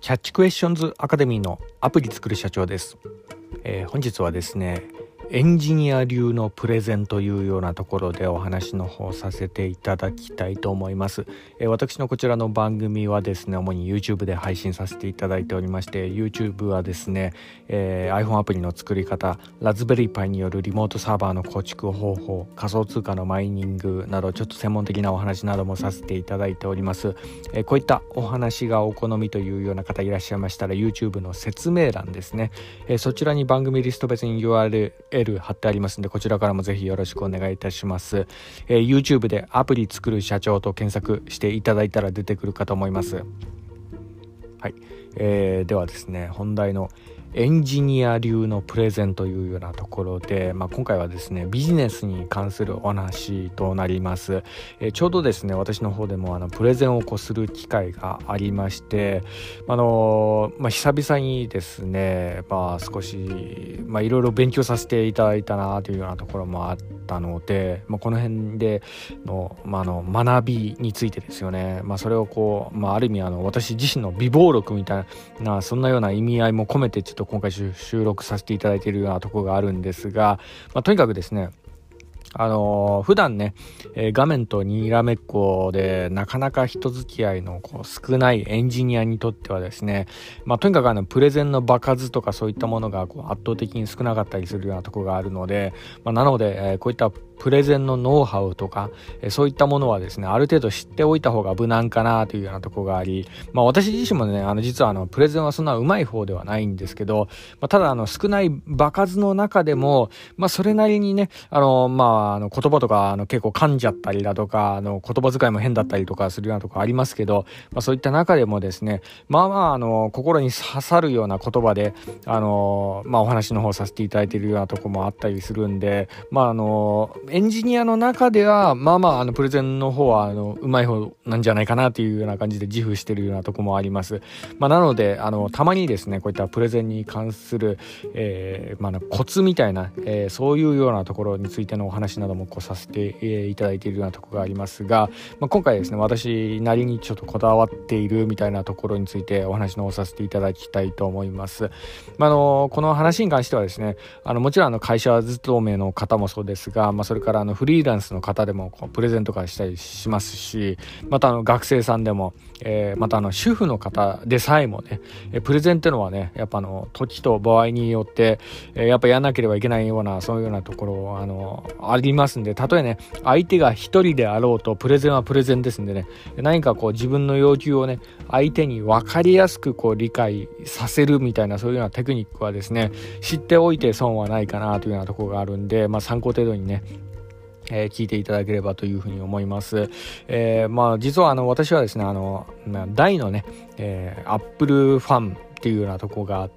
キャッチクエスチョンズアカデミーのアプリ作る社長です。本日はですね、エンジニア流のプレゼンというようなところでお話の方させていただきたいと思います。私のこちらの番組はですね、主に YouTube で配信させていただいておりまして、 YouTube はですね、iPhone アプリの作り方、ラズベリーパイによるリモートサーバーの構築方法、仮想通貨のマイニングなどちょっと専門的なお話などもさせていただいております。こういったお話がお好みというような方いらっしゃいましたら、 YouTube の説明欄ですね、そちらに番組リスト別に URL貼ってありますので、こちらからもぜひよろしくお願いいたします。YouTube でアプリ作る社長と検索していただいたら出てくるかと思います。はい、ではですね、本題のエンジニア流のプレゼンというようなところで、今回はですね、ビジネスに関するお話となります。ちょうどですね、私の方でもプレゼンをする機会がありまして、久々にですね、少しいろいろ勉強させていただいたなというようなところもあったので、この辺での、学びについてですよね、それをある意味私自身の備忘録みたいな、そんなような意味合いも込めてちょっと今回収録させていただいているようなところがあるんですが、とにかくですね、普段ね、画面とにらめっこでなかなか人付き合いの少ないエンジニアにとってはですね、とにかくプレゼンの場数とかそういったものが圧倒的に少なかったりするようなところがあるので、なので、こういったプレゼンのノウハウとか、そういったものはですね、ある程度知っておいた方が無難かなというようなところがあり、私自身もね、実はプレゼンはそんな上手い方ではないんですけど、ただ少ない場数の中でも、それなりにね、言葉とか結構噛んじゃったりだとか、言葉遣いも変だったりとかするようなところありますけど、そういった中でもですね、心に刺さるような言葉でお話の方させていただいているようなところもあったりするんで、エンジニアの中ではプレゼンの方はうまい方なんじゃないかなというような感じで自負しているようなところもあります。なのでたまにですね、こういったプレゼンに関する、コツみたいな、そういうようなところについてのお話などもさせて、いただいているようなところがありますが、今回ですね、私なりにちょっとこだわっているみたいなところについてお話の方させていただきたいと思います。この話に関してはですね、もちろん会社勤めの方もそうですが、それからフリーランスの方でもプレゼントとかしたりしますし、また学生さんでも、また主婦の方でさえもね、プレゼンっていうのはね、やっぱ時と場合によって、やっぱやらなければいけないような、そういうようなところありますんで、たとえね、相手が一人であろうとプレゼンはプレゼンですんでね、何か自分の要求をね、相手に分かりやすく理解させるみたいな、そういうようなテクニックはですね、知っておいて損はないかなというようなところがあるんで、参考程度にね、聞いていただければというふうに思います。実は私はですね、大のね、アップルファンっていうようなとこがあって、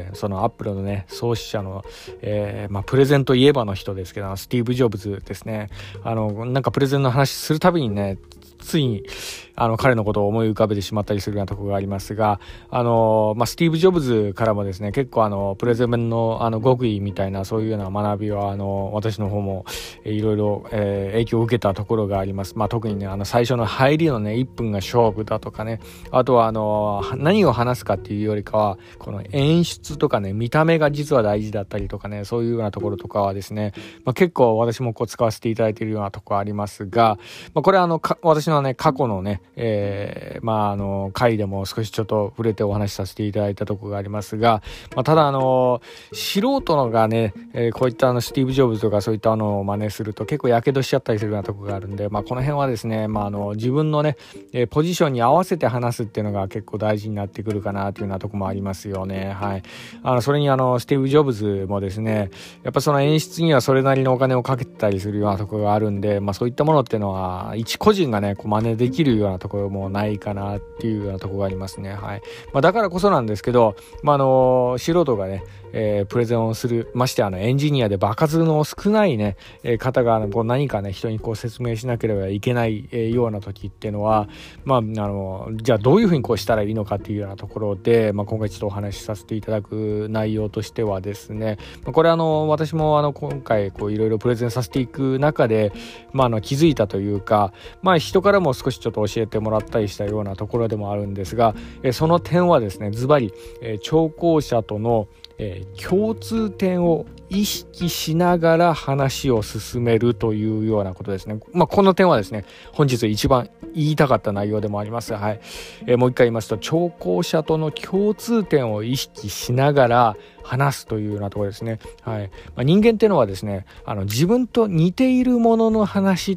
そのアップルのね、創始者の、プレゼンといえばの人ですけど、スティーブ・ジョブズですね。なんかプレゼンの話するたびにね、ついに彼のことを思い浮かべてしまったりするようなところがありますが、スティーブ・ジョブズからもですね、結構プレゼンの極意みたいな、そういうような学びは私の方もいろいろ影響を受けたところがあります。特にね、最初の入りのね、1分が勝負だとかね、あとは何を話すかっていうよりかは、この演出とかね、見た目が実は大事だったりとかね、そういうようなところとかはですね、結構私も使わせていただいているようなところありますが、これ私のね、過去のね、回でも少しちょっと触れてお話しさせていただいたところがありますが、ただ素人のがね、こういったスティーブ・ジョブズとかそういったのを真似すると結構やけどしちゃったりするようなところがあるんで、この辺はですね、自分のね、ポジションに合わせて話すっていうのが結構大事になってくるかなというようなところもありますよね。はい。それにスティーブ・ジョブズもですね、やっぱその演出にはそれなりのお金をかけてたりするようなところがあるんで、そういったものっていうのは一個人がね、真似できるようなところもないかなっていうようなところがありますね。はい。だからこそなんですけど、素人がね、プレゼンをする、ましてエンジニアで場数の少ないね、方が何かね、人に説明しなければいけない、ような時っていうのは、じゃあどういうふうにしたらいいのかっていうようなところで、今回ちょっとお話しさせていただく内容としてはですね、これ私も今回いろいろプレゼンさせていく中で、気づいたというか、人かからも少しちょっと教えてもらったりしたようなところでもあるんですが、その点はですね、ズバリ聴講者との共通点を意識しながら話を進めるというようなことですね。この点はですね、本日一番言いたかった内容でもあります。はい。もう一回言いますと、聴講者との共通点を意識しながら話すというようなところですね。はい。人間っていうのはですね、自分と似ているものの話って、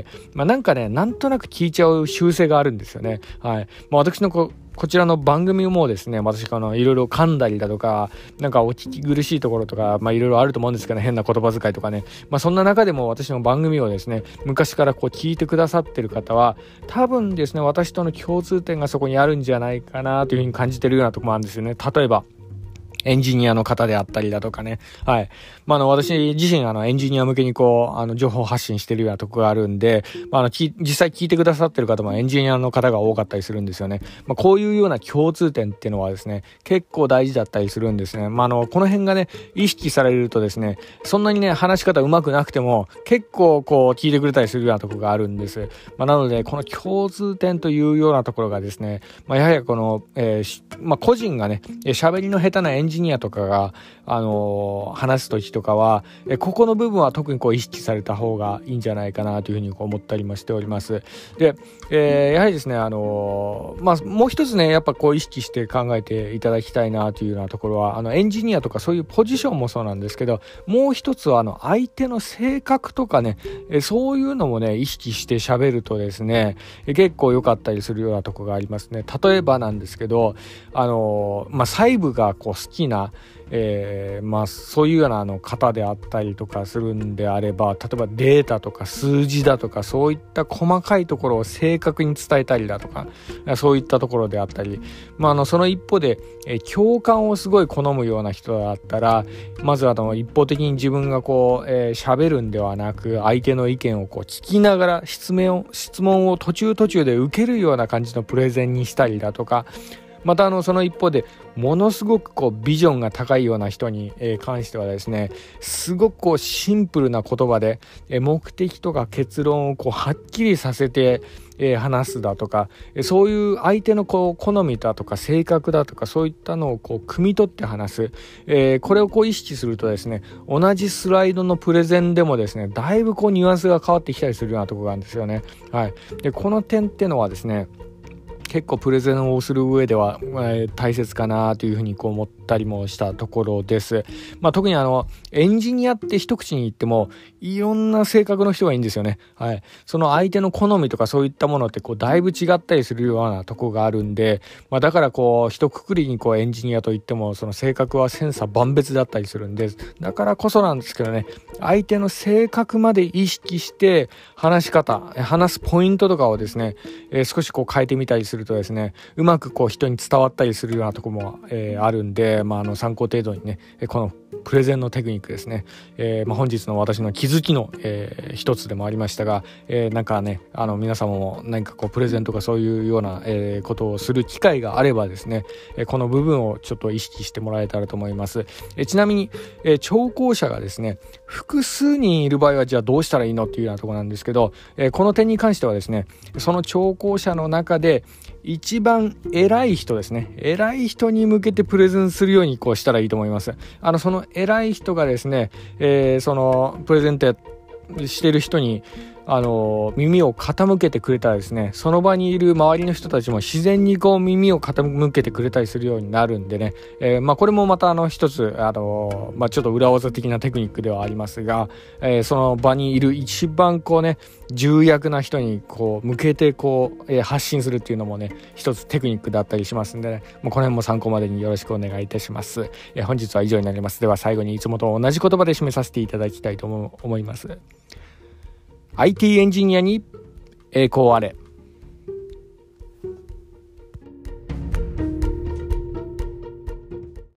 なんかね、なんとなく聞いちゃう習性があるんですよね。はい。私のこちらの番組もですね、私いろいろ噛んだりだとか、なんかお聞き苦しいところとか、いろいろあると思うんですけど、変な言葉遣いとかね。そんな中でも私の番組をですね、昔から聞いてくださってる方は、多分ですね、私との共通点がそこにあるんじゃないかなというふうに感じてるようなところもあるんですよね。例えば、エンジニアの方であったりだとかね。はい。私自身エンジニア向けに情報発信してるようなとこがあるんで、実際聞いてくださってる方もエンジニアの方が多かったりするんですよね。こういうような共通点っていうのはですね、結構大事だったりするんですね。この辺がね、意識されるとですね、そんなにね、話し方上手くなくても、結構聞いてくれたりするようなとこがあるんです。なので、この共通点というようなところがですね、やはり個人がね、喋りの下手なエンジニアとかが、話す時とかは、ここの部分は特に意識された方がいいんじゃないかなというふうに思ったりもしております。で、やはりですね、もう一つね、やっぱ意識して考えていただきたいなというようなところは、エンジニアとかそういうポジションもそうなんですけど、もう一つは相手の性格とかね、そういうのもね、意識して喋るとですね、結構良かったりするようなところがありますね。例えばなんですけど、細部が好きなそういうような方であったりとかするんであれば、例えばデータとか数字だとかそういった細かいところを正確に伝えたりだとか、そういったところであったり、その一方で、共感をすごい好むような人だったら、まず一方的に自分が喋るんではなく、相手の意見を聞きながら質問を途中で受けるような感じのプレゼンにしたりだとか、またその一方でものすごくビジョンが高いような人に関してはですね、すごくシンプルな言葉で目的とか結論をはっきりさせて話すだとか、そういう相手の好みだとか性格だとか、そういったのを汲み取って話す、これを意識するとですね、同じスライドのプレゼンでもですね、だいぶニュアンスが変わってきたりするようなところがあるんですよね。はい。で、この点ってのはですね、結構プレゼンをする上では、大切かなというふうに思ったりもしたところです。特にエンジニアって一口に言ってもいろんな性格の人がいいんですよね。はい。その相手の好みとかそういったものってだいぶ違ったりするようなところがあるんで、だから一括りにエンジニアといってもその性格は千差万別だったりするんで、だからこそなんですけどね、相手の性格まで意識して話すポイントとかをですね、少し変えてみたりするとですね、うまく人に伝わったりするようなところも、あるんで、参考程度にね、このプレゼンのテクニックですね、本日の私の気づきの、一つでもありましたが、なんかね、皆様も何かプレゼンとかそういうような、ことをする機会があればですね、この部分をちょっと意識してもらえたらと思います。ちなみに、聴講者がですね、複数人いる場合はじゃあどうしたらいいのっていうようなところなんですけど、この点に関してはですね、その聴講者の中で一番偉い人ですね、偉い人に向けてプレゼンするようにしたらいいと思います。その偉い人がですね、そのプレゼントしてる人に耳を傾けてくれたらですね、その場にいる周りの人たちも自然に耳を傾けてくれたりするようになるんでね、これもまた一つちょっと裏技的なテクニックではありますが、その場にいる一番重役な人に向けて発信するっていうのもね、一つテクニックだったりしますんでね、この辺も参考までによろしくお願いいたします。本日は以上になります。では最後にいつもと同じ言葉で締めさせていただきたいと思います。IT エンジニアに栄光あれ。